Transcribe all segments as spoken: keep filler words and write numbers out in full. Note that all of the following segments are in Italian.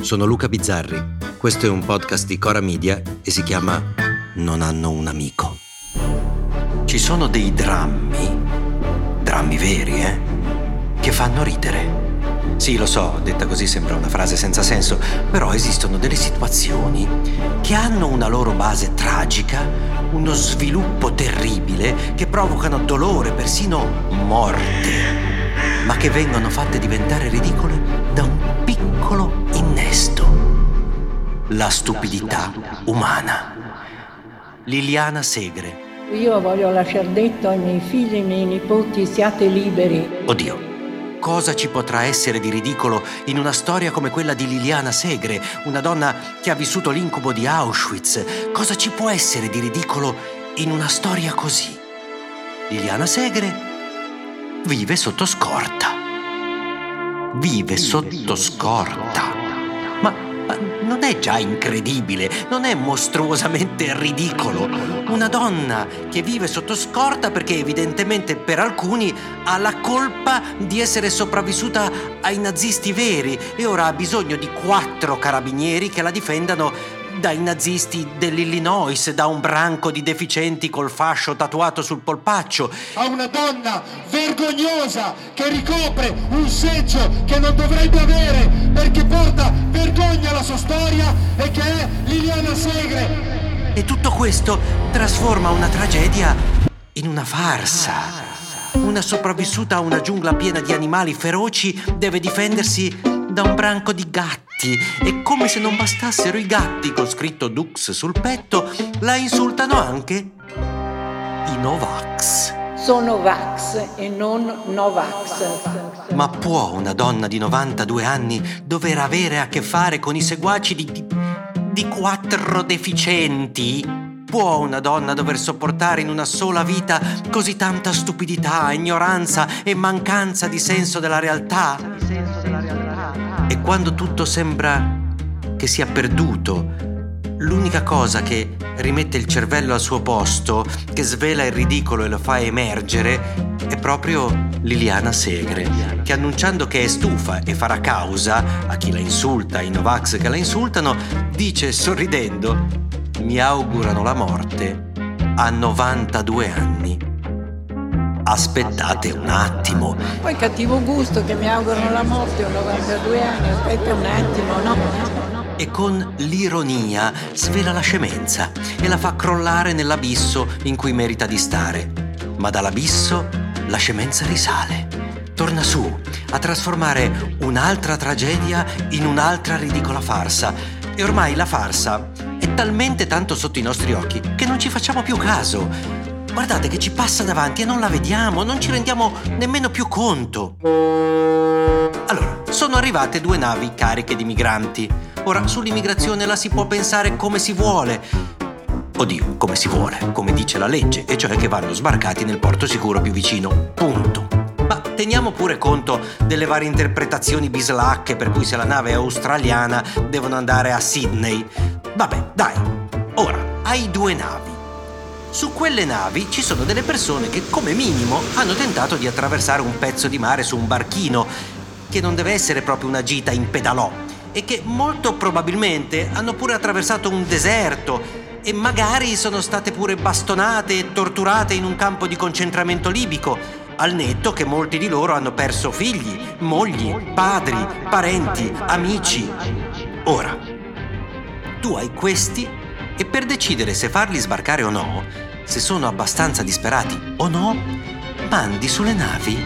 sono Luca Bizzarri. Questo è un podcast di Cora Media e si chiama Non hanno un amico. Ci sono dei drammi, drammi veri, eh, che fanno ridere. Sì, lo so, detta così sembra una frase senza senso, però esistono delle situazioni che hanno una loro base tragica, uno sviluppo terribile, che provocano dolore, persino morte, ma che vengono fatte diventare ridicole da un piccolo innesto: la stupidità umana. Liliana Segre. Io voglio lasciar detto ai miei figli e ai miei nipoti: siate liberi. Oddio, cosa ci potrà essere di ridicolo in una storia come quella di Liliana Segre, una donna che ha vissuto l'incubo di Auschwitz? Cosa ci può essere di ridicolo in una storia così? Liliana Segre vive sotto scorta. Vive sotto scorta. Ma, ma non è già incredibile? Non è mostruosamente ridicolo? Una donna che vive sotto scorta perché evidentemente per alcuni ha la colpa di essere sopravvissuta ai nazisti veri e ora ha bisogno di quattro carabinieri che la difendano dai nazisti dell'Illinois, da un branco di deficienti col fascio tatuato sul polpaccio. A una donna vergognosa che ricopre un seggio che non dovrebbe avere perché porta vergogna alla sua storia e che è Liliana Segre. E tutto questo trasforma una tragedia in una farsa. Una sopravvissuta a una giungla piena di animali feroci deve difendersi da un branco di gatti e, come se non bastassero i gatti con scritto Dux sul petto, la insultano anche i Novax. Sono Vax e non Novax. Ma può una donna di novantadue anni dover avere a che fare con i seguaci di, di, di quattro deficienti? Può una donna dover sopportare in una sola vita così tanta stupidità, ignoranza e mancanza di senso della realtà? E quando tutto sembra che sia perduto, l'unica cosa che rimette il cervello al suo posto, che svela il ridicolo e lo fa emergere, è proprio Liliana Segre, che, annunciando che è stufa e farà causa a chi la insulta, ai Novax che la insultano, dice sorridendo: mi augurano la morte a novantadue anni. Aspettate un attimo. Poi cattivo gusto che mi augurano la morte a novantadue anni. Aspetta un attimo, no? E con l'ironia svela la scemenza e la fa crollare nell'abisso in cui merita di stare. Ma dall'abisso la scemenza risale, torna su a trasformare un'altra tragedia in un'altra ridicola farsa. E ormai la farsa è talmente tanto sotto i nostri occhi che non ci facciamo più caso. Guardate che ci passa davanti e non la vediamo, non ci rendiamo nemmeno più conto. Allora, sono arrivate due navi cariche di migranti. Ora, sull'immigrazione la si può pensare come si vuole. Oddio, come si vuole, come dice la legge, e cioè che vanno sbarcati nel porto sicuro più vicino. Punto. Ma teniamo pure conto delle varie interpretazioni bislacche per cui se la nave è australiana devono andare a Sydney. Vabbè, dai. Ora, hai due navi. Su quelle navi ci sono delle persone che, come minimo, hanno tentato di attraversare un pezzo di mare su un barchino, che non deve essere proprio una gita in pedalò, e che molto probabilmente hanno pure attraversato un deserto e magari sono state pure bastonate e torturate in un campo di concentramento libico, al netto che molti di loro hanno perso figli, mogli, padri, parenti, amici. Ora, tu hai questi e per decidere se farli sbarcare o no, se sono abbastanza disperati o no, mandi sulle navi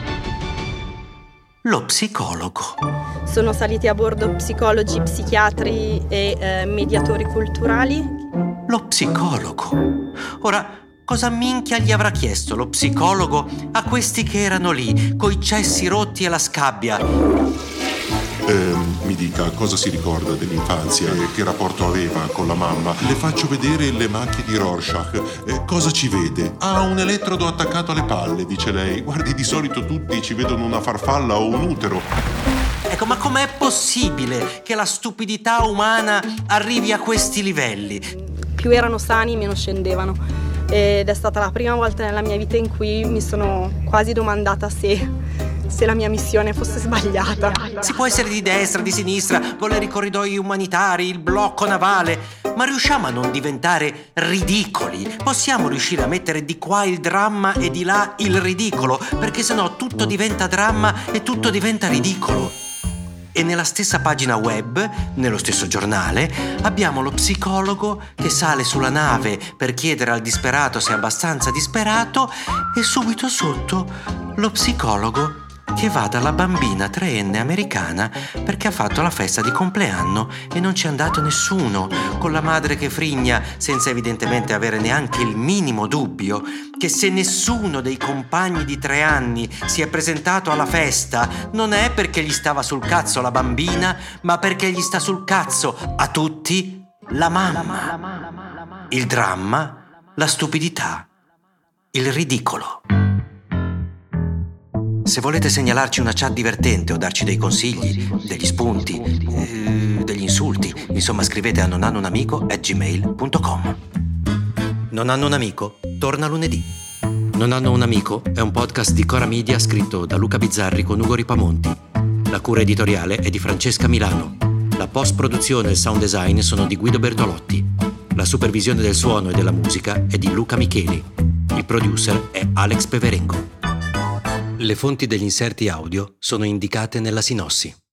lo psicologo. Sono saliti a bordo psicologi, psichiatri e eh, mediatori culturali. Lo psicologo. Ora, cosa minchia gli avrà chiesto lo psicologo a questi che erano lì, coi cessi rotti e la scabbia? Eh, mi dica, cosa si ricorda dell'infanzia? Eh, che rapporto aveva con la mamma? Le faccio vedere le macchie di Rorschach. Eh, cosa ci vede? Ha un elettrodo attaccato alle palle, dice lei. Guardi, di solito tutti ci vedono una farfalla o un utero. Ecco, ma com'è possibile che la stupidità umana arrivi a questi livelli? Più erano sani, meno scendevano. Ed è stata la prima volta nella mia vita in cui mi sono quasi domandata se se la mia missione fosse sbagliata. Si può essere di destra, di sinistra, volere i corridoi umanitari, il blocco navale, ma riusciamo a non diventare ridicoli? Possiamo riuscire a mettere di qua il dramma e di là il ridicolo, perché sennò tutto diventa dramma e tutto diventa ridicolo. E nella stessa pagina web, nello stesso giornale, abbiamo lo psicologo che sale sulla nave per chiedere al disperato se è abbastanza disperato, e subito sotto lo psicologo che va dalla bambina treenne americana perché ha fatto la festa di compleanno e non c'è andato nessuno, con la madre che frigna senza evidentemente avere neanche il minimo dubbio che se nessuno dei compagni di tre anni si è presentato alla festa non è perché gli stava sul cazzo la bambina, ma perché gli sta sul cazzo a tutti la mamma. Il dramma, la stupidità, il ridicolo. Se volete segnalarci una chat divertente o darci dei consigli, degli spunti, eh, degli insulti, insomma scrivete a nonhannounamico at gmail punto com. Non hanno un amico torna lunedì. Non hanno un amico è un podcast di Cora Media scritto da Luca Bizzarri con Ugo Ripamonti. La cura editoriale è di Francesca Milano. La post-produzione e il sound design sono di Guido Bertolotti. La supervisione del suono e della musica è di Luca Micheli. Il producer è Alex Peverengo. Le fonti degli inserti audio sono indicate nella sinossi.